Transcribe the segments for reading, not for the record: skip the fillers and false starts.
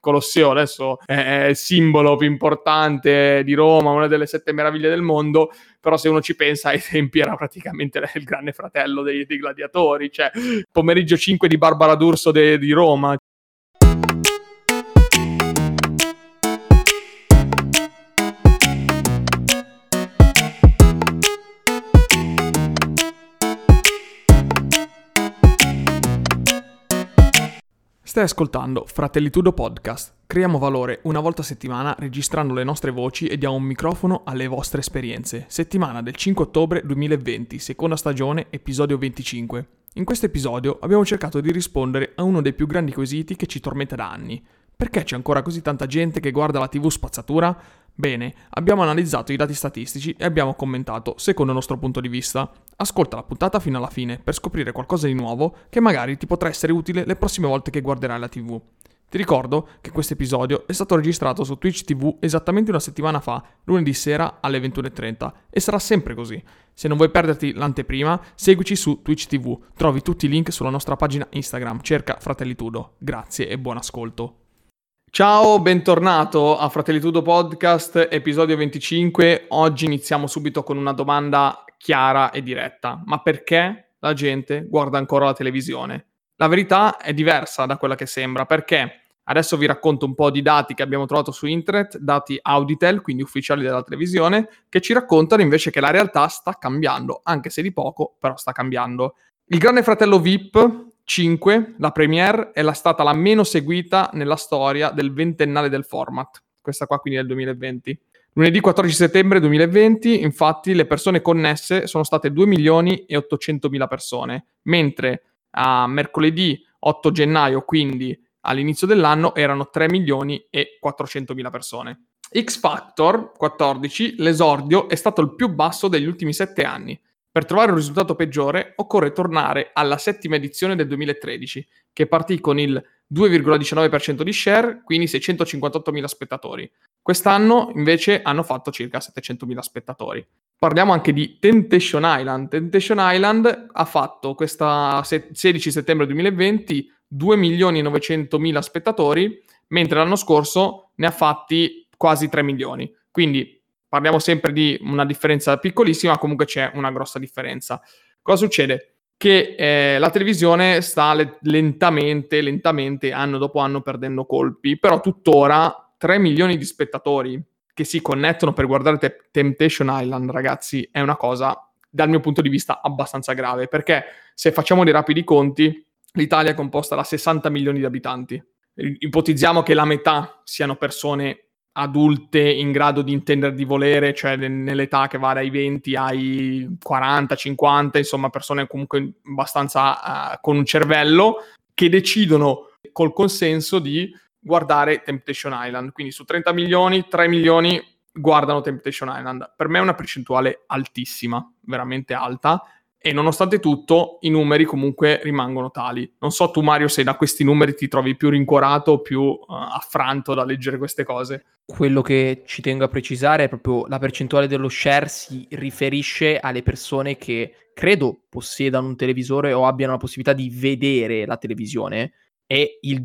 Colosseo adesso è il simbolo più importante di Roma, una delle 7 meraviglie del mondo, però se uno ci pensa ai tempi era praticamente il Grande Fratello dei gladiatori, cioè pomeriggio 5 di Barbara D'Urso di Roma. Stai ascoltando Fratellitudo Podcast. Creiamo valore una volta a settimana registrando le nostre voci e diamo un microfono alle vostre esperienze. Settimana del 5 ottobre 2020, seconda stagione, episodio 25. In questo episodio abbiamo cercato di rispondere a uno dei più grandi quesiti che ci tormenta da anni. Perché c'è ancora così tanta gente che guarda la TV spazzatura? Bene, abbiamo analizzato i dati statistici e abbiamo commentato secondo il nostro punto di vista. Ascolta la puntata fino alla fine per scoprire qualcosa di nuovo che magari ti potrà essere utile le prossime volte che guarderai la TV. Ti ricordo che questo episodio è stato registrato su Twitch TV esattamente una settimana fa, lunedì sera alle 21:30, e sarà sempre così. Se non vuoi perderti l'anteprima, seguici su Twitch TV. Trovi tutti i link sulla nostra pagina Instagram, cerca Fratellitudo. Grazie e buon ascolto. Ciao, bentornato a Fratellitudo Podcast, episodio 25. Oggi iniziamo subito con una domanda chiara e diretta. Ma perché la gente guarda ancora la televisione? La verità è diversa da quella che sembra, perché adesso vi racconto un po' di dati che abbiamo trovato su internet, dati Auditel, quindi ufficiali della televisione, che ci raccontano invece che la realtà sta cambiando, anche se di poco, però sta cambiando. Il Grande Fratello VIP 5, la premiere, è stata la meno seguita nella storia del ventennale del format. Questa qua quindi nel 2020. Lunedì 14 settembre 2020, infatti, le persone connesse sono state 2.800.000 persone, mentre a mercoledì 8 gennaio, quindi all'inizio dell'anno, erano 3.400.000 persone. X Factor 14, l'esordio, è stato il più basso degli ultimi 7 anni. Per trovare un risultato peggiore occorre tornare alla settima edizione del 2013, che partì con il 2,19% di share, quindi 658.000 spettatori. Quest'anno invece hanno fatto circa 700.000 spettatori. Parliamo anche di Temptation Island. Temptation Island ha fatto questa 16 settembre 2020 2.900.000 spettatori, mentre l'anno scorso ne ha fatti quasi 3 milioni. Quindi parliamo sempre di una differenza piccolissima, comunque c'è una grossa differenza. Cosa succede? Che la televisione sta lentamente, anno dopo anno, perdendo colpi, però tuttora 3 milioni di spettatori che si connettono per guardare Temptation Island, ragazzi, è una cosa, dal mio punto di vista, abbastanza grave, perché se facciamo dei rapidi conti, l'Italia è composta da 60 milioni di abitanti. Ipotizziamo che la metà siano persone adulte in grado di intendere di volere, cioè nell'età che va dai 20 ai 40, 50, insomma persone comunque abbastanza con un cervello, che decidono col consenso di guardare Temptation Island. Quindi su 30 milioni, 3 milioni guardano Temptation Island. Per me è una percentuale altissima, veramente alta, e nonostante tutto i numeri comunque rimangono tali. Non so tu, Mario, se da questi numeri ti trovi più rincuorato o più affranto da leggere queste cose. Quello che ci tengo a precisare è proprio la percentuale dello share si riferisce alle persone che credo possedano un televisore o abbiano la possibilità di vedere la televisione, e il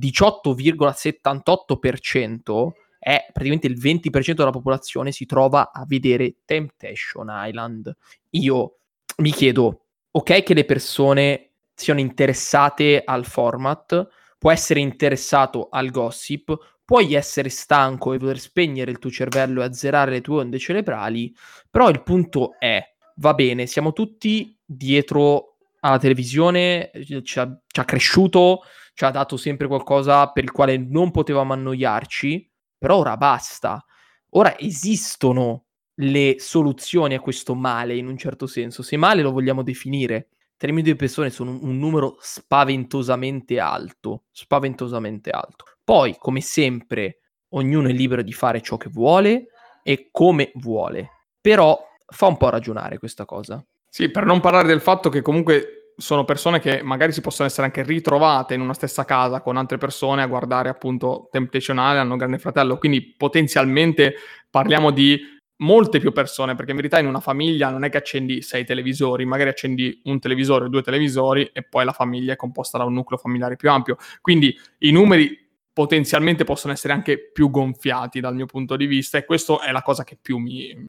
18,78% è praticamente il 20% della popolazione si trova a vedere Temptation Island. Io mi chiedo, ok che le persone siano interessate al format, può essere interessato al gossip, puoi essere stanco e voler spegnere il tuo cervello e azzerare le tue onde cerebrali, però il punto è, va bene, siamo tutti dietro alla televisione, ci ha cresciuto, ci ha dato sempre qualcosa per il quale non potevamo annoiarci, però ora basta. Ora esistono le soluzioni a questo male, in un certo senso, se male lo vogliamo definire. 3 milioni di persone sono un numero spaventosamente alto. Poi, come sempre, ognuno è libero di fare ciò che vuole e come vuole. Però fa un po' ragionare questa cosa. Sì, per non parlare del fatto che comunque sono persone che magari si possono essere anche ritrovate in una stessa casa con altre persone a guardare appunto Temptation Island o Grande Fratello, quindi potenzialmente parliamo di molte più persone, perché in verità in una famiglia non è che accendi 6 televisori, magari accendi un televisore o 2 televisori e poi la famiglia è composta da un nucleo familiare più ampio, quindi i numeri potenzialmente possono essere anche più gonfiati dal mio punto di vista, e questo è la cosa che più mi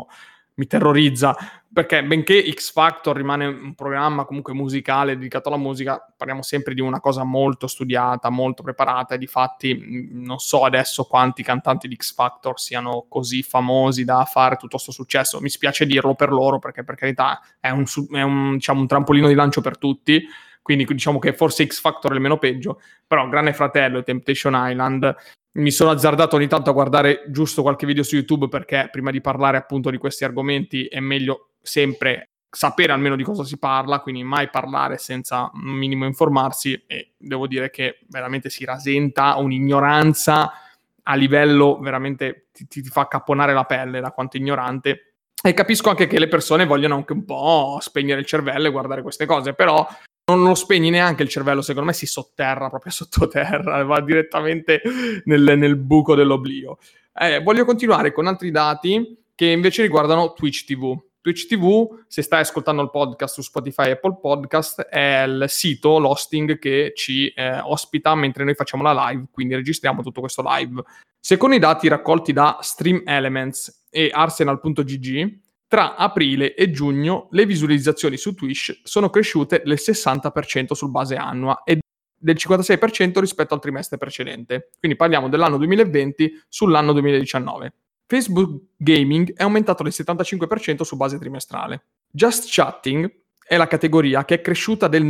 terrorizza, perché benché X Factor rimane un programma comunque musicale dedicato alla musica, parliamo sempre di una cosa molto studiata, molto preparata, e difatti non so adesso quanti cantanti di X Factor siano così famosi da fare tutto questo successo. Mi spiace dirlo per loro, perché per carità è un trampolino di lancio per tutti, quindi diciamo che forse X Factor è il meno peggio, però Grande Fratello e Temptation Island, mi sono azzardato ogni tanto a guardare giusto qualche video su YouTube, perché prima di parlare appunto di questi argomenti è meglio sempre sapere almeno di cosa si parla, quindi mai parlare senza un minimo informarsi, e devo dire che veramente si rasenta un'ignoranza a livello veramente ti fa capponare la pelle da quanto ignorante. E capisco anche che le persone vogliono anche un po' spegnere il cervello e guardare queste cose, però non lo spegni neanche il cervello, secondo me si sotterra proprio sottoterra, va direttamente nel buco dell'oblio. Voglio continuare con altri dati che invece riguardano Twitch TV. Twitch TV, se stai ascoltando il podcast su Spotify e Apple Podcast, è il sito, l'hosting che ci ospita mentre noi facciamo la live, quindi registriamo tutto questo live. Secondo i dati raccolti da Stream Elements e Arsenal.gg, tra aprile e giugno le visualizzazioni su Twitch sono cresciute del 60% sul base annua e del 56% rispetto al trimestre precedente. Quindi parliamo dell'anno 2020 sull'anno 2019. Facebook Gaming è aumentato del 75% su base trimestrale. Just Chatting è la categoria che è cresciuta del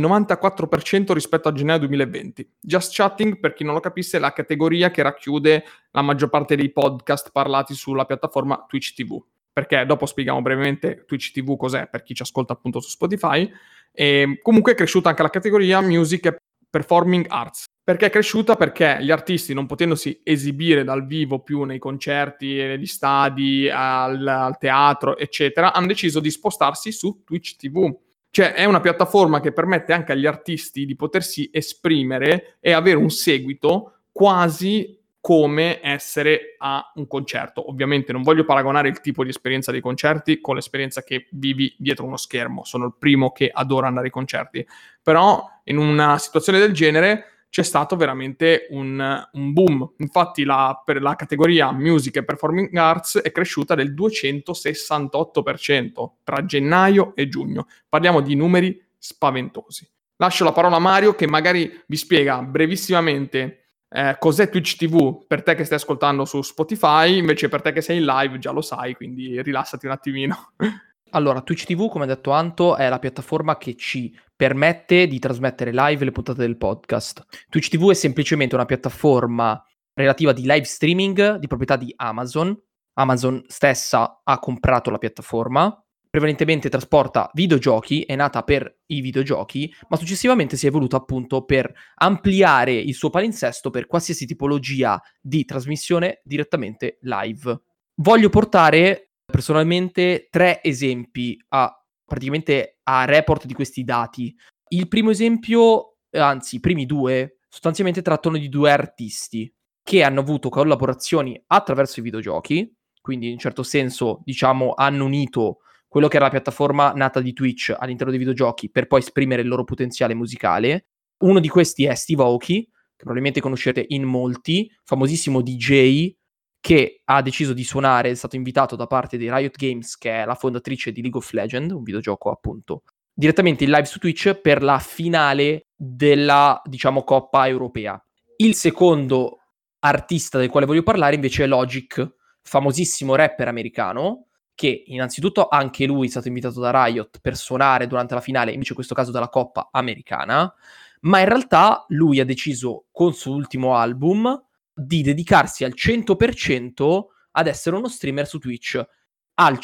94% rispetto a gennaio 2020. Just Chatting, per chi non lo capisse, è la categoria che racchiude la maggior parte dei podcast parlati sulla piattaforma Twitch TV. Perché dopo spieghiamo brevemente Twitch TV cos'è per chi ci ascolta appunto su Spotify. E comunque è cresciuta anche la categoria Music e Performing Arts. Perché è cresciuta? Perché gli artisti, non potendosi esibire dal vivo più nei concerti, negli stadi, al teatro, eccetera, hanno deciso di spostarsi su Twitch TV. Cioè è una piattaforma che permette anche agli artisti di potersi esprimere e avere un seguito quasi come essere a un concerto. Ovviamente non voglio paragonare il tipo di esperienza dei concerti con l'esperienza che vivi dietro uno schermo. Sono il primo che adora andare ai concerti. Però in una situazione del genere c'è stato veramente un boom. Infatti per la categoria Music e Performing Arts è cresciuta del 268% tra gennaio e giugno. Parliamo di numeri spaventosi. Lascio la parola a Mario che magari vi spiega brevissimamente cos'è Twitch TV per te che stai ascoltando su Spotify, invece per te che sei in live già lo sai, quindi rilassati un attimino. Allora, Twitch TV, come ha detto Anto, è la piattaforma che ci permette di trasmettere live le puntate del podcast. Twitch TV è semplicemente una piattaforma relativa di live streaming di proprietà di Amazon. Amazon stessa ha comprato la piattaforma, prevalentemente trasporta videogiochi, è nata per i videogiochi, ma successivamente si è evoluta appunto per ampliare il suo palinsesto per qualsiasi tipologia di trasmissione direttamente live. Voglio portare personalmente 3 esempi praticamente a report di questi dati. Il primo esempio, anzi i primi 2, sostanzialmente trattano di 2 artisti che hanno avuto collaborazioni attraverso i videogiochi, quindi in un certo senso, diciamo, hanno unito quello che era la piattaforma nata di Twitch all'interno dei videogiochi per poi esprimere il loro potenziale musicale. Uno di questi è Steve Aoki, che probabilmente conoscete in molti, famosissimo DJ che ha deciso di suonare, è stato invitato da parte di Riot Games, che è la fondatrice di League of Legends, un videogioco appunto, direttamente in live su Twitch per la finale della, diciamo, Coppa Europea. Il secondo artista del quale voglio parlare invece è Logic, famosissimo rapper americano, che innanzitutto anche lui è stato invitato da Riot per suonare durante la finale, invece in questo caso della Coppa Americana, ma in realtà lui ha deciso con il suo ultimo album di dedicarsi al 100% ad essere uno streamer su Twitch, al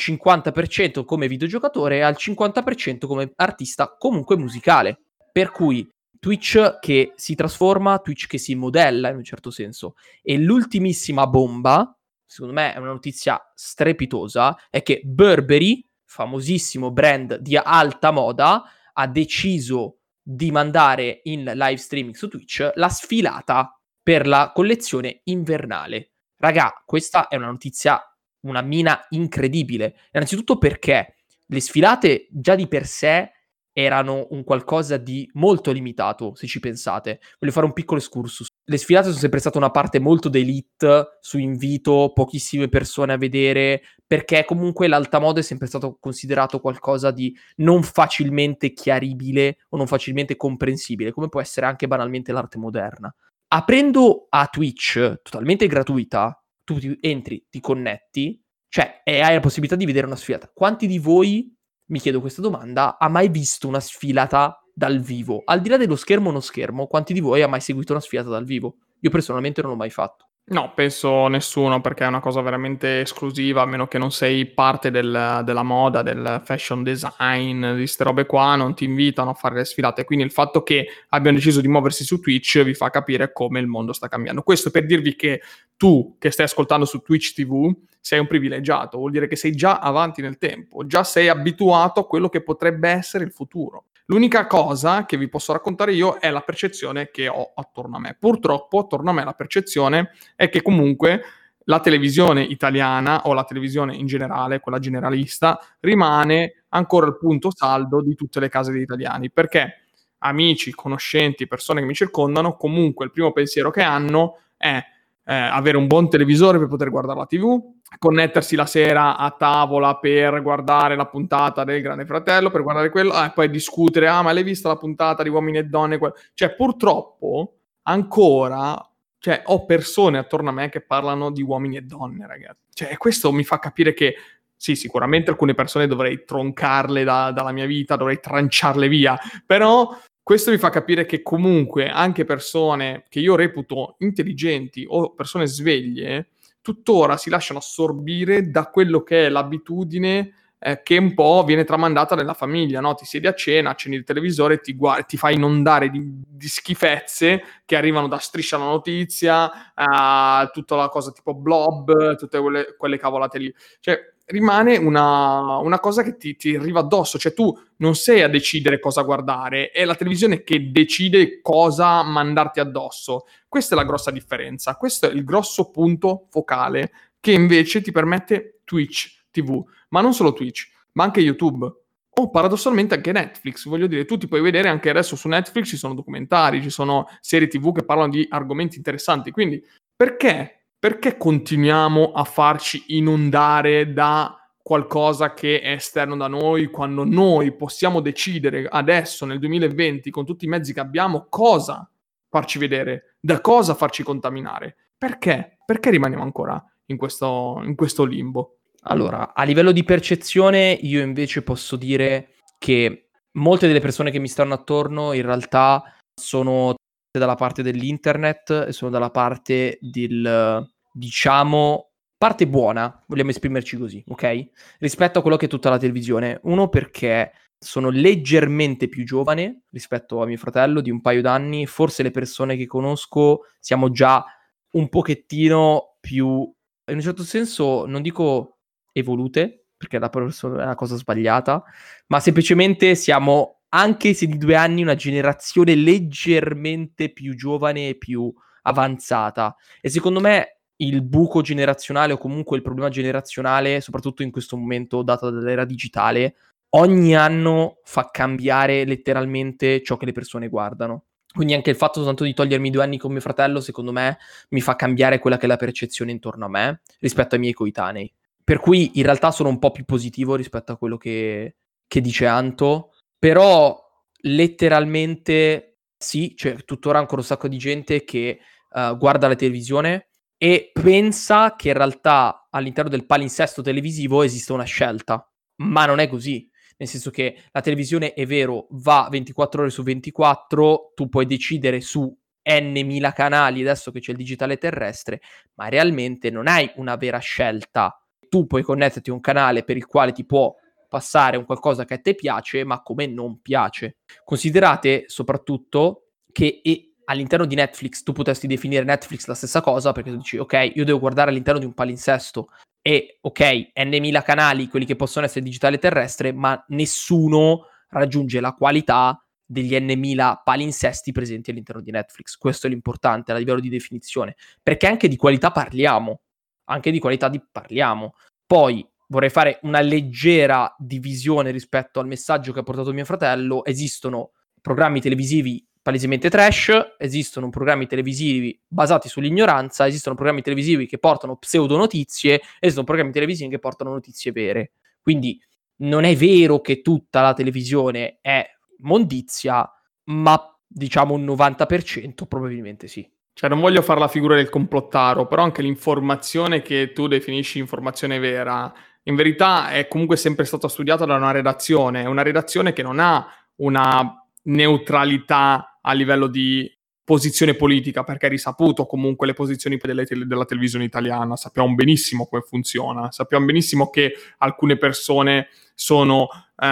50% come videogiocatore e al 50% come artista comunque musicale. Per cui Twitch che si trasforma, Twitch che si modella in un certo senso. E l'ultimissima bomba, secondo me è una notizia strepitosa, è che Burberry, famosissimo brand di alta moda, ha deciso di mandare in live streaming su Twitch la sfilata per la collezione invernale. Raga, questa è una notizia, una mina incredibile. Innanzitutto perché le sfilate già di per sé erano un qualcosa di molto limitato, se ci pensate. Voglio fare un piccolo excursus. le sfilate sono sempre state una parte molto d'élite, su invito, pochissime persone a vedere, perché comunque l'alta moda è sempre stato considerato qualcosa di non facilmente chiaribile o non facilmente comprensibile, come può essere anche banalmente l'arte moderna. Aprendo a Twitch, totalmente gratuita, tu entri, ti connetti, cioè, e hai la possibilità di vedere una sfilata. Quanti di voi, mi chiedo questa domanda, ha mai visto una sfilata dal vivo? Al di là dello schermo o non schermo, quanti di voi ha mai seguito una sfilata dal vivo? Io personalmente non l'ho mai fatto. No, penso nessuno, perché è una cosa veramente esclusiva, a meno che non sei parte della moda, del fashion design, di 'ste robe qua, non ti invitano a fare le sfilate. Quindi il fatto che abbiano deciso di muoversi su Twitch vi fa capire come il mondo sta cambiando. Questo per dirvi che tu, che stai ascoltando su Twitch TV, sei un privilegiato, vuol dire che sei già avanti nel tempo, già sei abituato a quello che potrebbe essere il futuro. L'unica cosa che vi posso raccontare io è la percezione che ho attorno a me. Purtroppo attorno a me la percezione è che comunque la televisione italiana o la televisione in generale, quella generalista, rimane ancora il punto saldo di tutte le case degli italiani, perché amici, conoscenti, persone che mi circondano, comunque il primo pensiero che hanno è avere un buon televisore per poter guardare la TV, connettersi la sera a tavola per guardare la puntata del Grande Fratello, per guardare quello, e poi discutere, ma l'hai vista la puntata di Uomini e Donne? Cioè, purtroppo, ancora, cioè, ho persone attorno a me che parlano di Uomini e Donne, ragazzi. Cioè, questo mi fa capire che, sì, sicuramente alcune persone dovrei troncarle dalla mia vita, dovrei tranciarle via, però questo mi fa capire che comunque anche persone che io reputo intelligenti o persone sveglie tuttora si lasciano assorbire da quello che è l'abitudine che un po' viene tramandata nella famiglia, no? Ti siedi a cena, accendi il televisore e ti fai inondare di schifezze che arrivano da Striscia la Notizia a tutta la cosa tipo Blob, tutte quelle cavolate lì. Cioè, rimane una cosa che ti arriva addosso, cioè tu non sei a decidere cosa guardare, è la televisione che decide cosa mandarti addosso. Questa è la grossa differenza, questo è il grosso punto focale che invece ti permette Twitch TV, ma non solo Twitch, ma anche YouTube. O paradossalmente anche Netflix, voglio dire, tu ti puoi vedere anche adesso su Netflix, ci sono documentari, ci sono serie TV che parlano di argomenti interessanti, quindi perché? Perché continuiamo a farci inondare da qualcosa che è esterno da noi, quando noi possiamo decidere adesso, nel 2020, con tutti i mezzi che abbiamo, cosa farci vedere, da cosa farci contaminare? Perché? Perché rimaniamo ancora in questo limbo? Allora, a livello di percezione, io invece posso dire che molte delle persone che mi stanno attorno in realtà sono dalla parte dell'internet e sono dalla parte diciamo, parte buona, vogliamo esprimerci così, ok? Rispetto a quello che è tutta la televisione. Uno, perché sono leggermente più giovane rispetto a mio fratello di un paio d'anni, forse le persone che conosco siamo già un pochettino più, in un certo senso, non dico evolute, perché è una cosa sbagliata, ma semplicemente siamo, anche se di 2 anni, una generazione leggermente più giovane e più avanzata. E secondo me il buco generazionale o comunque il problema generazionale, soprattutto in questo momento dato dall'era digitale, ogni anno fa cambiare letteralmente ciò che le persone guardano. Quindi anche il fatto soltanto di togliermi 2 anni con mio fratello, secondo me, mi fa cambiare quella che è la percezione intorno a me rispetto ai miei coetanei. Per cui in realtà sono un po' più positivo rispetto a quello che dice Anto, però letteralmente sì, c'è tuttora ancora un sacco di gente che guarda la televisione e pensa che in realtà all'interno del palinsesto televisivo esista una scelta, ma non è così. Nel senso che la televisione, è vero, va 24 ore su 24, tu puoi decidere su N mila canali adesso che c'è il digitale terrestre, ma realmente non hai una vera scelta. Tu puoi connetterti a un canale per il quale ti può passare un qualcosa che a te piace, ma come non piace. Considerate soprattutto che all'interno di Netflix tu potresti definire Netflix la stessa cosa, perché tu dici, ok, io devo guardare all'interno di un palinsesto e, ok, n mila canali, quelli che possono essere digitale terrestre, ma nessuno raggiunge la qualità degli n mila palinsesti presenti all'interno di Netflix. Questo è l'importante a livello di definizione, perché anche di qualità parliamo. Poi vorrei fare una leggera divisione rispetto al messaggio che ha portato mio fratello. Esistono programmi televisivi palesemente trash, esistono programmi televisivi basati sull'ignoranza, esistono programmi televisivi che portano pseudonotizie, esistono programmi televisivi che portano notizie vere. Quindi non è vero che tutta la televisione è immondizia, ma diciamo un 90% probabilmente sì. Cioè, non voglio fare la figura del complottaro, però anche l'informazione che tu definisci informazione vera, in verità è comunque sempre stata studiata da una redazione che non ha una neutralità a livello di posizione politica, perché è risaputo comunque le posizioni della televisione italiana, sappiamo benissimo come funziona, sappiamo benissimo che alcune persone sono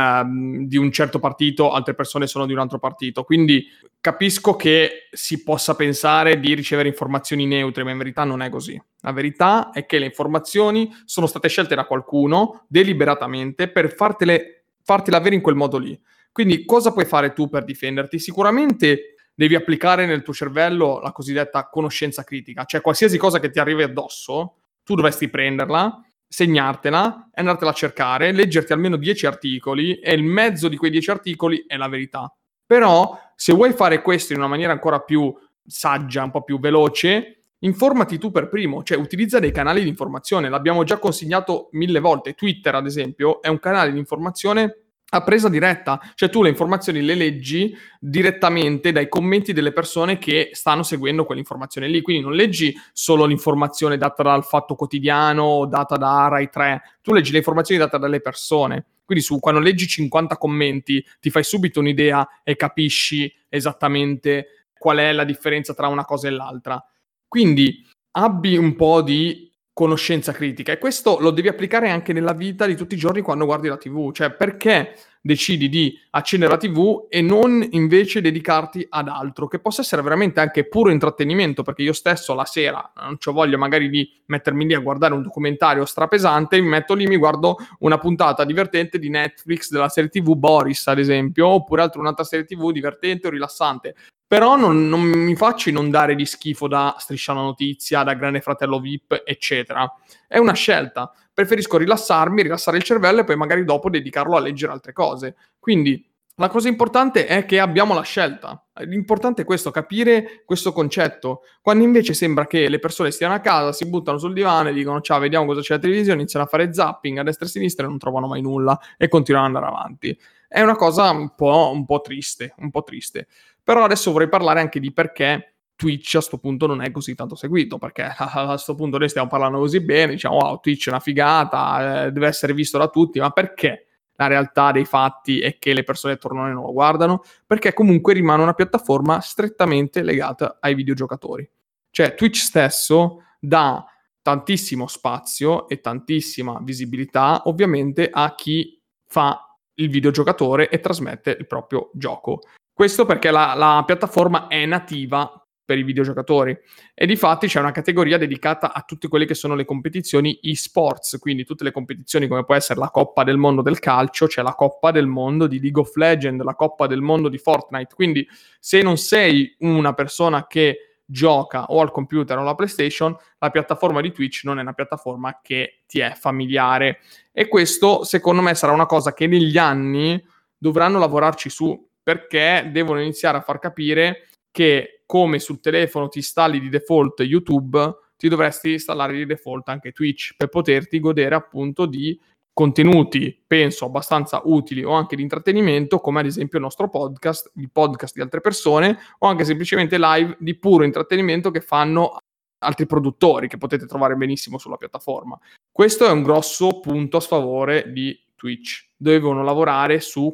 di un certo partito, altre persone sono di un altro partito, quindi capisco che si possa pensare di ricevere informazioni neutre, ma in verità non è così. La verità è che le informazioni sono state scelte da qualcuno deliberatamente per fartela avere in quel modo lì. Quindi cosa puoi fare tu per difenderti? Sicuramente devi applicare nel tuo cervello la cosiddetta conoscenza critica, cioè qualsiasi cosa che ti arrivi addosso, tu dovresti prenderla, segnartela, andartela a cercare, leggerti almeno 10 articoli e il mezzo di quei 10 articoli è la verità. Però se vuoi fare questo in una maniera ancora più saggia, un po' più veloce, informati tu per primo, cioè utilizza dei canali di informazione, l'abbiamo già consigliato 1000 volte. Twitter, ad esempio, è un canale di informazione a presa diretta, cioè tu le informazioni le leggi direttamente dai commenti delle persone che stanno seguendo quell'informazione lì, quindi non leggi solo l'informazione data dal Fatto Quotidiano o data da Rai 3, tu leggi le informazioni date dalle persone. Quindi quando leggi 50 commenti ti fai subito un'idea e capisci esattamente qual è la differenza tra una cosa e l'altra. Quindi abbi un po' di conoscenza critica e questo lo devi applicare anche nella vita di tutti i giorni quando guardi la TV. Cioè, perché decidi di accendere la TV e non invece dedicarti ad altro, che possa essere veramente anche puro intrattenimento, perché io stesso la sera non c'ho voglia magari di mettermi lì a guardare un documentario strapesante, mi metto lì, mi guardo una puntata divertente di Netflix della serie TV Boris, ad esempio, oppure un'altra serie TV divertente o rilassante. Però non mi faccio inondare di schifo da Striscia la Notizia, da Grande Fratello VIP, eccetera. È una scelta. Preferisco rilassarmi, rilassare il cervello e poi magari dopo dedicarlo a leggere altre cose. Quindi la cosa importante è che abbiamo la scelta. L'importante è questo, capire questo concetto. Quando invece sembra che le persone stiano a casa, si buttano sul divano e dicono ciao, vediamo cosa c'è alla televisione, iniziano a fare zapping a destra e a sinistra e non trovano mai nulla e continuano ad andare avanti. È una cosa un po' triste, un po' triste. Però adesso vorrei parlare anche di perché Twitch a sto punto non è così tanto seguito, perché a sto punto noi stiamo parlando così bene, diciamo wow, Twitch è una figata, deve essere visto da tutti, ma perché la realtà dei fatti è che le persone tornano e non lo guardano? Perché comunque rimane una piattaforma strettamente legata ai videogiocatori. Cioè Twitch stesso dà tantissimo spazio e tantissima visibilità ovviamente a chi fa il videogiocatore e trasmette il proprio gioco. Questo perché la piattaforma è nativa per i videogiocatori e difatti c'è una categoria dedicata a tutte quelle che sono le competizioni e-sports, quindi tutte le competizioni come può essere la Coppa del Mondo del calcio, c'è la Coppa del Mondo di League of Legends, la Coppa del Mondo di Fortnite, quindi se non sei una persona che gioca o al computer o alla PlayStation, la piattaforma di Twitch non è una piattaforma che ti è familiare e questo secondo me sarà una cosa che negli anni dovranno lavorarci su, perché devono iniziare a far capire che come sul telefono ti installi di default YouTube, ti dovresti installare di default anche Twitch per poterti godere appunto di contenuti, penso, abbastanza utili o anche di intrattenimento, come ad esempio il nostro podcast, il podcast di altre persone o anche semplicemente live di puro intrattenimento che fanno altri produttori che potete trovare benissimo sulla piattaforma. Questo è un grosso punto a sfavore di Twitch. Devono lavorare su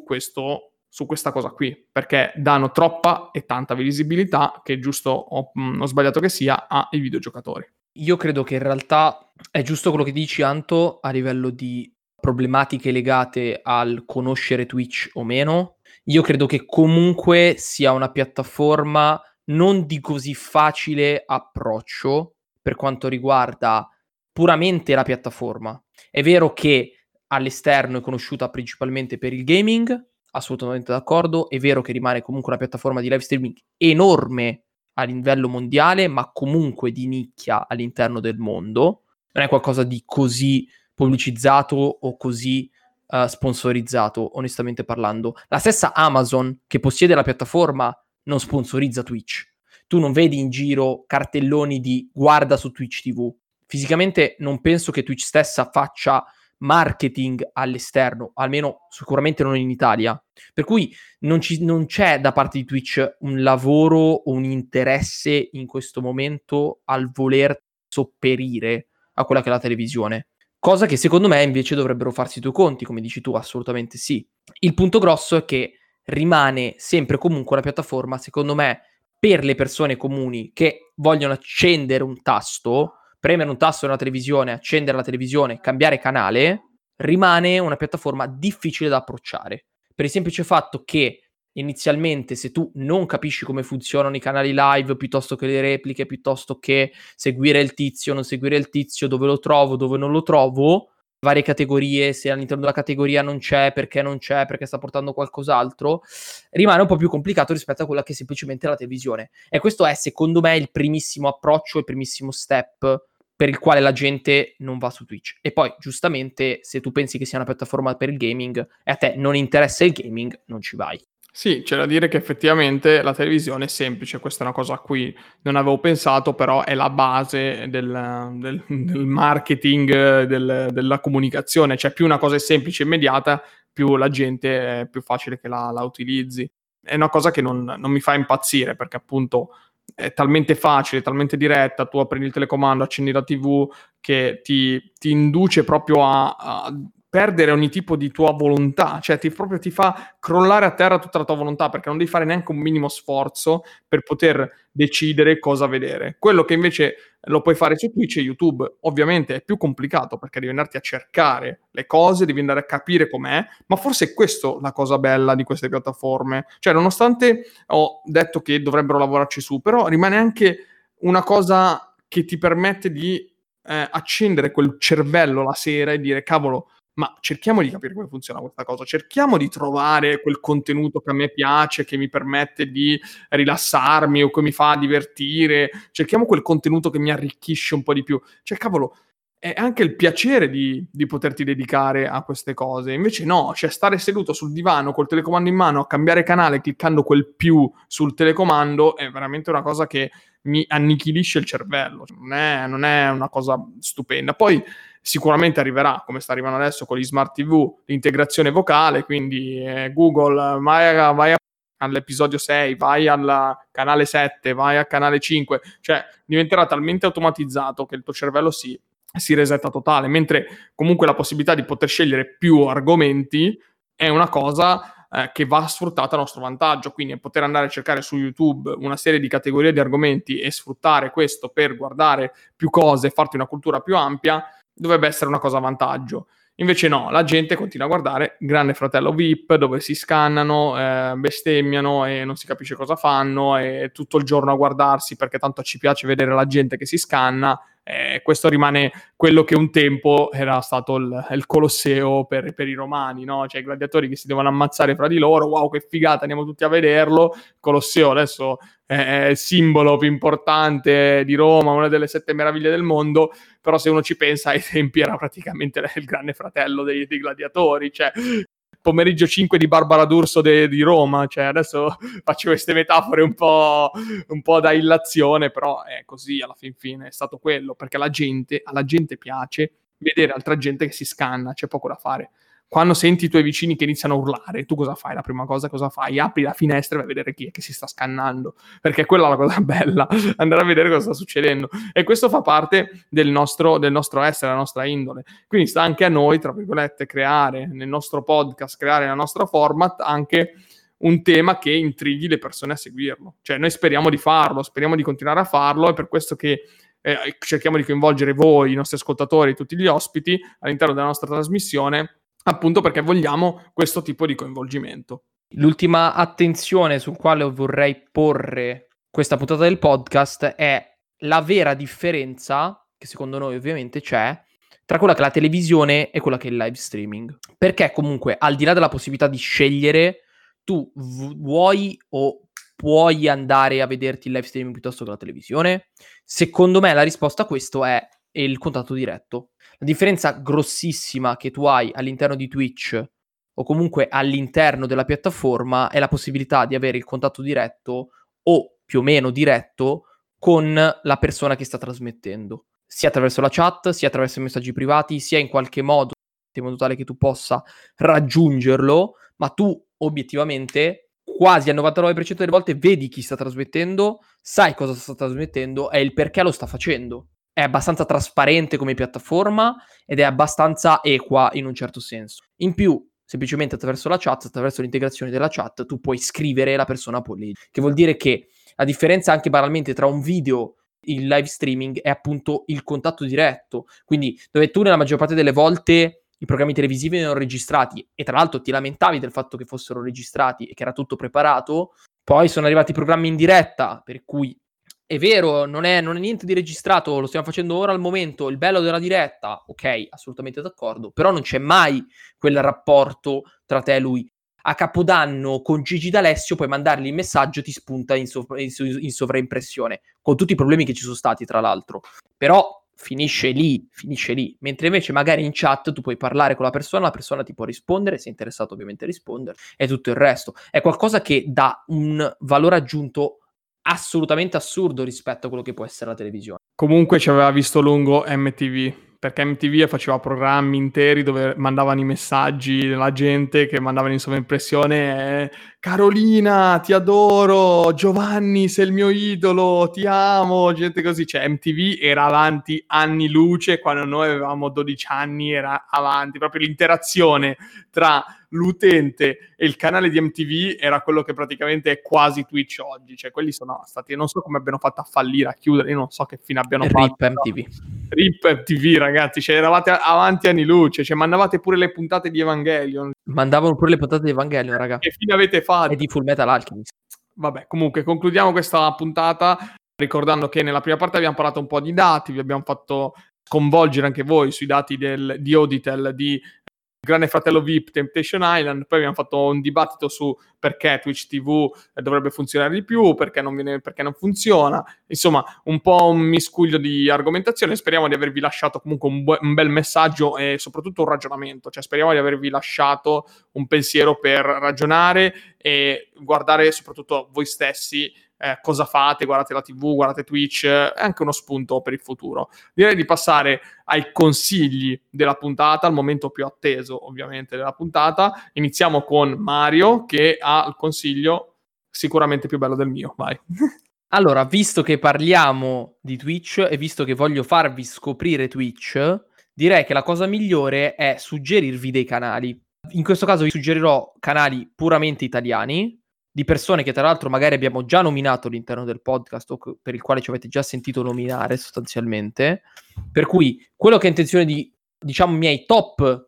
questa cosa qui, perché danno troppa e tanta visibilità, che giusto o sbagliato che sia, ai videogiocatori. Io credo che in realtà è giusto quello che dici, Anto, a livello di problematiche legate al conoscere Twitch o meno. Io credo che comunque sia una piattaforma non di così facile approccio per quanto riguarda puramente la piattaforma. È vero che all'esterno è conosciuta principalmente per il gaming, assolutamente d'accordo. È vero che rimane comunque una piattaforma di live streaming enorme a livello mondiale, ma comunque di nicchia all'interno del mondo. Non è qualcosa di così pubblicizzato o così sponsorizzato, onestamente parlando. La stessa Amazon, che possiede la piattaforma, non sponsorizza Twitch. Tu non vedi in giro cartelloni di guarda su Twitch TV. Fisicamente non penso che Twitch stessa faccia marketing all'esterno, almeno sicuramente non in Italia. Per cui non c'è da parte di Twitch un lavoro o un interesse in questo momento al voler sopperire a quella che è la televisione. Cosa che secondo me invece dovrebbero farsi i tuoi conti, come dici tu, assolutamente sì. Il punto grosso è che rimane sempre comunque una piattaforma, secondo me, per le persone comuni che vogliono accendere un tasto, premere un tasto nella televisione, accendere la televisione, cambiare canale, rimane una piattaforma difficile da approcciare. Per il semplice fatto che inizialmente, se tu non capisci come funzionano i canali live, piuttosto che le repliche, piuttosto che seguire il tizio, non seguire il tizio, dove lo trovo, dove non lo trovo, varie categorie, se all'interno della categoria non c'è, perché sta portando qualcos'altro, rimane un po' più complicato rispetto a quella che è semplicemente la televisione. E questo è, secondo me, il primissimo approccio, il primissimo step per il quale la gente non va su Twitch. E poi, giustamente, se tu pensi che sia una piattaforma per il gaming e a te non interessa il gaming, non ci vai. Sì, c'è da dire che effettivamente la televisione è semplice, questa è una cosa a cui non avevo pensato, però è la base del marketing, della comunicazione, cioè più una cosa è semplice e immediata, più la gente è più facile che la utilizzi. È una cosa che non mi fa impazzire, perché appunto è talmente facile, talmente diretta, tu apri il telecomando, accendi la TV, che ti induce proprio a perdere ogni tipo di tua volontà, cioè ti fa crollare a terra tutta la tua volontà, perché non devi fare neanche un minimo sforzo per poter decidere cosa vedere. Quello che invece lo puoi fare su Twitch e YouTube, ovviamente è più complicato, perché devi andarti a cercare le cose, devi andare a capire com'è, ma forse è questo la cosa bella di queste piattaforme. Cioè, nonostante ho detto che dovrebbero lavorarci su, però rimane anche una cosa che ti permette di accendere quel cervello la sera e dire, cavolo, ma cerchiamo di capire come funziona questa cosa, cerchiamo di trovare quel contenuto che a me piace, che mi permette di rilassarmi o che mi fa divertire, cerchiamo quel contenuto che mi arricchisce un po' di più. Cioè, cavolo, è anche il piacere di poterti dedicare a queste cose. Invece no, cioè stare seduto sul divano col telecomando in mano a cambiare canale cliccando quel più sul telecomando è veramente una cosa che mi annichilisce il cervello. Non è una cosa stupenda. Poi sicuramente arriverà, come sta arrivando adesso con gli smart TV, l'integrazione vocale, quindi Google, vai all'episodio 6, vai al canale 7, vai al canale 5, cioè diventerà talmente automatizzato che il tuo cervello si resetta totale, mentre comunque la possibilità di poter scegliere più argomenti è una cosa che va sfruttata a nostro vantaggio, quindi poter andare a cercare su YouTube una serie di categorie di argomenti e sfruttare questo per guardare più cose, farti una cultura più ampia, dovrebbe essere una cosa a vantaggio. Invece no, la gente continua a guardare Grande Fratello VIP, dove si scannano, bestemmiano e non si capisce cosa fanno, e tutto il giorno a guardarsi perché tanto ci piace vedere la gente che si scanna. Questo rimane quello che un tempo era stato il Colosseo per i romani, no? Cioè i gladiatori che si devono ammazzare fra di loro, wow che figata, andiamo tutti a vederlo. Il Colosseo adesso è il simbolo più importante di Roma, una delle 7 meraviglie del mondo, però se uno ci pensa ai tempi era praticamente il Grande Fratello dei gladiatori, cioè pomeriggio 5 di Barbara D'Urso di Roma, cioè adesso faccio queste metafore un po' da illazione, però è così alla fin fine, è stato quello, perché alla gente piace vedere altra gente che si scanna, c'è poco da fare. Quando senti i tuoi vicini che iniziano a urlare, tu cosa fai? La prima cosa cosa fai? Apri la finestra e vai a vedere chi è che si sta scannando, perché quella è la cosa bella, andare a vedere cosa sta succedendo. E questo fa parte del nostro essere, la nostra indole. Quindi sta anche a noi, tra virgolette, creare nel nostro podcast, creare nel nostro format anche un tema che intrighi le persone a seguirlo. Cioè noi speriamo di farlo, speriamo di continuare a farlo, è per questo che cerchiamo di coinvolgere voi, i nostri ascoltatori, tutti gli ospiti all'interno della nostra trasmissione, appunto perché vogliamo questo tipo di coinvolgimento. L'ultima attenzione sul quale vorrei porre questa puntata del podcast è la vera differenza, che secondo noi ovviamente c'è, tra quella che è la televisione e quella che è il live streaming. Perché comunque, al di là della possibilità di scegliere, tu vuoi o puoi andare a vederti il live streaming piuttosto che la televisione? Secondo me la risposta a questo è il contatto diretto. La differenza grossissima che tu hai all'interno di Twitch o comunque all'interno della piattaforma è la possibilità di avere il contatto diretto o più o meno diretto con la persona che sta trasmettendo, sia attraverso la chat, sia attraverso i messaggi privati, sia in qualche modo, in modo tale che tu possa raggiungerlo, ma tu obiettivamente quasi al 99% delle volte vedi chi sta trasmettendo, sai cosa sta trasmettendo e il perché lo sta facendo. È abbastanza trasparente come piattaforma ed è abbastanza equa in un certo senso. In più, semplicemente attraverso la chat, attraverso l'integrazione della chat, tu puoi scrivere e la persona può leggere. Che vuol dire che la differenza anche banalmente tra un video e il live streaming è appunto il contatto diretto. Quindi dove tu nella maggior parte delle volte i programmi televisivi erano registrati e tra l'altro ti lamentavi del fatto che fossero registrati e che era tutto preparato, poi sono arrivati i programmi in diretta, per cui è vero, non è niente di registrato, lo stiamo facendo ora al momento, il bello della diretta, ok, assolutamente d'accordo, però non c'è mai quel rapporto tra te e lui. A Capodanno con Gigi D'Alessio puoi mandargli il messaggio e ti spunta in sovraimpressione, con tutti i problemi che ci sono stati tra l'altro, però finisce lì, mentre invece magari in chat tu puoi parlare con la persona ti può rispondere, se è interessato ovviamente a rispondere, e tutto il resto. È qualcosa che dà un valore aggiunto assolutamente assurdo rispetto a quello che può essere la televisione. Comunque ci aveva visto lungo MTV, perché MTV faceva programmi interi dove mandavano i messaggi della gente che mandavano in sovraimpressione Carolina, ti adoro, Giovanni, sei il mio idolo, ti amo, gente così. Cioè MTV era avanti anni luce, quando noi avevamo 12 anni era avanti, proprio l'interazione tra l'utente e il canale di MTV era quello che praticamente è quasi Twitch oggi, cioè quelli sono stati, non so come abbiano fatto a fallire, a chiudere, io non so che fine abbiano fatto. RIP MTV. RIP MTV, ragazzi, cioè eravate avanti anni luce, cioè mandavate pure le puntate di Evangelion. Mandavano pure le puntate di Evangelion, raga. Che fine avete fatto? E di Full Metal Alchemist. Vabbè, comunque concludiamo questa puntata ricordando che nella prima parte abbiamo parlato un po' di dati, vi abbiamo fatto sconvolgere anche voi sui dati di Auditel, di Grande Fratello VIP, Temptation Island, poi abbiamo fatto un dibattito su perché Twitch TV dovrebbe funzionare di più, perché non funziona, insomma un po' un miscuglio di argomentazione. Speriamo di avervi lasciato comunque un bel messaggio e soprattutto un ragionamento, cioè speriamo di avervi lasciato un pensiero per ragionare e guardare soprattutto voi stessi cosa fate, guardate la TV, guardate Twitch, è anche uno spunto per il futuro. Direi di passare ai consigli della puntata, al momento più atteso ovviamente della puntata. Iniziamo con Mario che ha il consiglio sicuramente più bello del mio, vai. Allora, visto che parliamo di Twitch e visto che voglio farvi scoprire Twitch, direi che la cosa migliore è suggerirvi dei canali. In questo caso vi suggerirò canali puramente italiani, di persone che tra l'altro magari abbiamo già nominato all'interno del podcast o per il quale ci avete già sentito nominare sostanzialmente. Per cui quello che ho intenzione di, diciamo, i miei top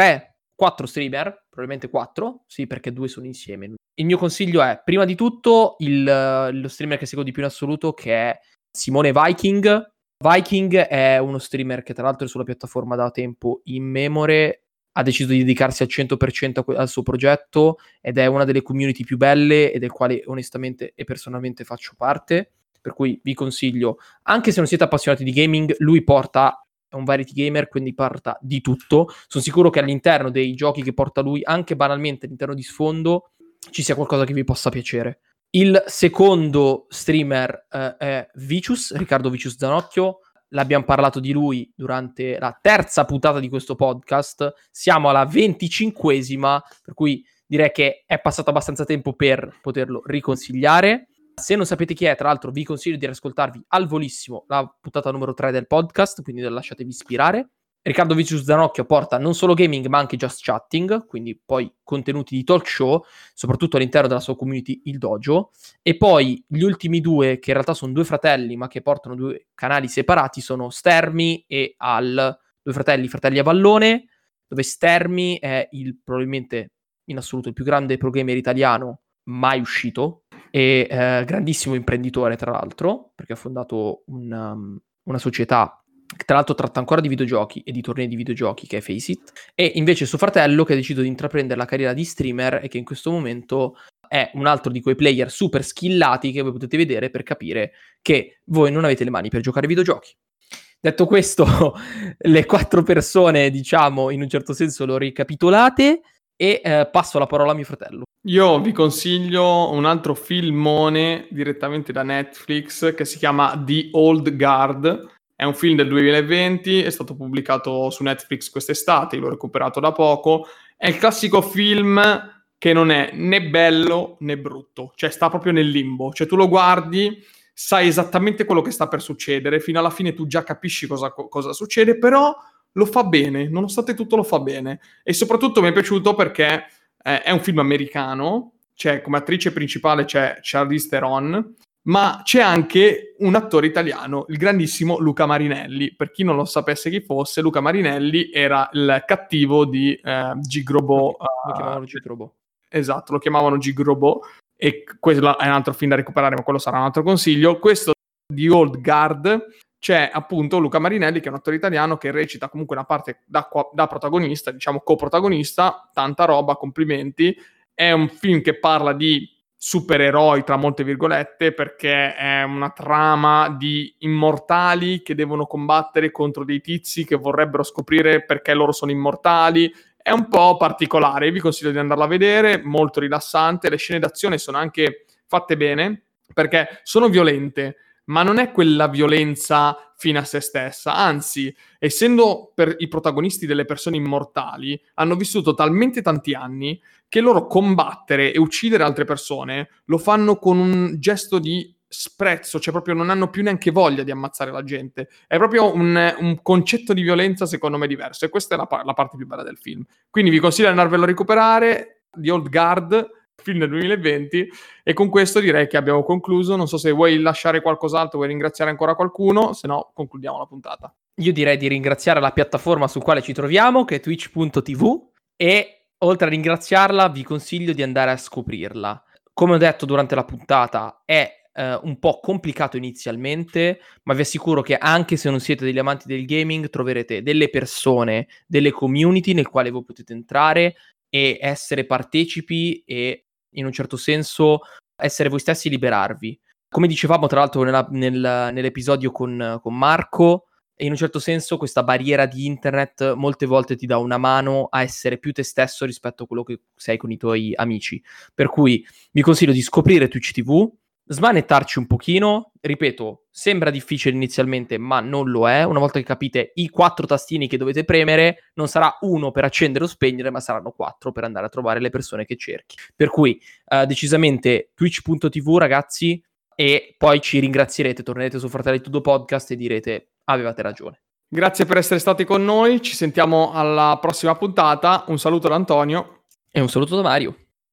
3-4 streamer, probabilmente 4, sì, perché 2 sono insieme. Il mio consiglio è, prima di tutto, lo streamer che seguo di più in assoluto, che è Simone Viking. Viking è uno streamer che tra l'altro è sulla piattaforma da tempo immemore, ha deciso di dedicarsi al 100% al suo progetto ed è una delle community più belle e del quale onestamente e personalmente faccio parte, per cui vi consiglio, anche se non siete appassionati di gaming, lui porta, è un variety gamer, quindi parla di tutto. Sono sicuro che all'interno dei giochi che porta lui, anche banalmente all'interno di Sfondo, ci sia qualcosa che vi possa piacere. Il secondo streamer è Vicious, Riccardo Vicious Zanocchio. L'abbiamo parlato di lui durante la terza puntata di questo podcast. Siamo alla 25esima, per cui direi che è passato abbastanza tempo per poterlo riconsigliare. Se non sapete chi è, tra l'altro, vi consiglio di ascoltarvi al volissimo la puntata numero 3 del podcast, quindi lasciatevi ispirare. Riccardo Vicious Zanocchio porta non solo gaming ma anche just chatting, quindi poi contenuti di talk show, soprattutto all'interno della sua community Il Dojo. E poi gli ultimi due, che in realtà sono due fratelli ma che portano due canali separati, sono Stermi e Al, due fratelli Avallone, dove Stermi è probabilmente in assoluto il più grande pro gamer italiano mai uscito e grandissimo imprenditore tra l'altro, perché ha fondato una società che tra l'altro tratta ancora di videogiochi e di tornei di videogiochi, che è Faceit, e invece suo fratello che ha deciso di intraprendere la carriera di streamer e che in questo momento è un altro di quei player super skillati che voi potete vedere per capire che voi non avete le mani per giocare ai videogiochi. Detto questo, le 4 persone, diciamo, in un certo senso le ho ricapitolate. e passo la parola a mio fratello. Io vi consiglio un altro filmone direttamente da Netflix che si chiama The Old Guard. È un film del 2020, è stato pubblicato su Netflix quest'estate, l'ho recuperato da poco. È il classico film che non è né bello né brutto, cioè sta proprio nel limbo. Cioè tu lo guardi, sai esattamente quello che sta per succedere, fino alla fine tu già capisci cosa succede, però lo fa bene, nonostante tutto lo fa bene. E soprattutto mi è piaciuto perché è un film americano, cioè come attrice principale c'è Charlize Theron, ma c'è anche un attore italiano, il grandissimo Luca Marinelli. Per chi non lo sapesse chi fosse, Luca Marinelli era il cattivo di Gigrobo. Lo chiamavano Gigrobo. Esatto, lo chiamavano Gigrobo, e questo è un altro film da recuperare, ma quello sarà un altro consiglio. Questo di Old Guard, c'è appunto Luca Marinelli, che è un attore italiano che recita comunque una parte da protagonista, diciamo coprotagonista, tanta roba, complimenti. È un film che parla di supereroi, tra molte virgolette, perché è una trama di immortali che devono combattere contro dei tizi che vorrebbero scoprire perché loro sono immortali. È un po' particolare, vi consiglio di andarla a vedere, molto rilassante, le scene d'azione sono anche fatte bene, perché sono violente, ma non è quella violenza fine a se stessa, anzi, essendo per i protagonisti delle persone immortali, hanno vissuto talmente tanti anni che loro combattere e uccidere altre persone lo fanno con un gesto di sprezzo, cioè proprio non hanno più neanche voglia di ammazzare la gente. È proprio un concetto di violenza secondo me diverso, e questa è la parte più bella del film. Quindi vi consiglio di andarvelo a recuperare, The Old Guard, film del 2020, e con questo direi che abbiamo concluso. Non so se vuoi lasciare qualcos'altro, vuoi ringraziare ancora qualcuno, se no concludiamo la puntata. Io direi di ringraziare la piattaforma su quale ci troviamo, che è twitch.tv, e oltre a ringraziarla vi consiglio di andare a scoprirla. Come ho detto durante la puntata, è un po' complicato inizialmente, ma vi assicuro che anche se non siete degli amanti del gaming troverete delle persone, delle community nel quale voi potete entrare e essere partecipi e in un certo senso essere voi stessi e liberarvi. Come dicevamo tra l'altro nell'episodio con Marco, in un certo senso questa barriera di internet molte volte ti dà una mano a essere più te stesso rispetto a quello che sei con i tuoi amici. Per cui vi consiglio di scoprire Twitch TV, smanettarci un pochino, ripeto, sembra difficile inizialmente, ma non lo è. Una volta che capite i 4 tastini che dovete premere, non sarà uno per accendere o spegnere, ma saranno 4 per andare a trovare le persone che cerchi. Per cui decisamente twitch.tv, ragazzi, e poi ci ringrazierete, tornerete su Fratelli Tudo Podcast e direte avevate ragione. Grazie per essere stati con noi, ci sentiamo alla prossima puntata. Un saluto da Antonio E un saluto da Mario.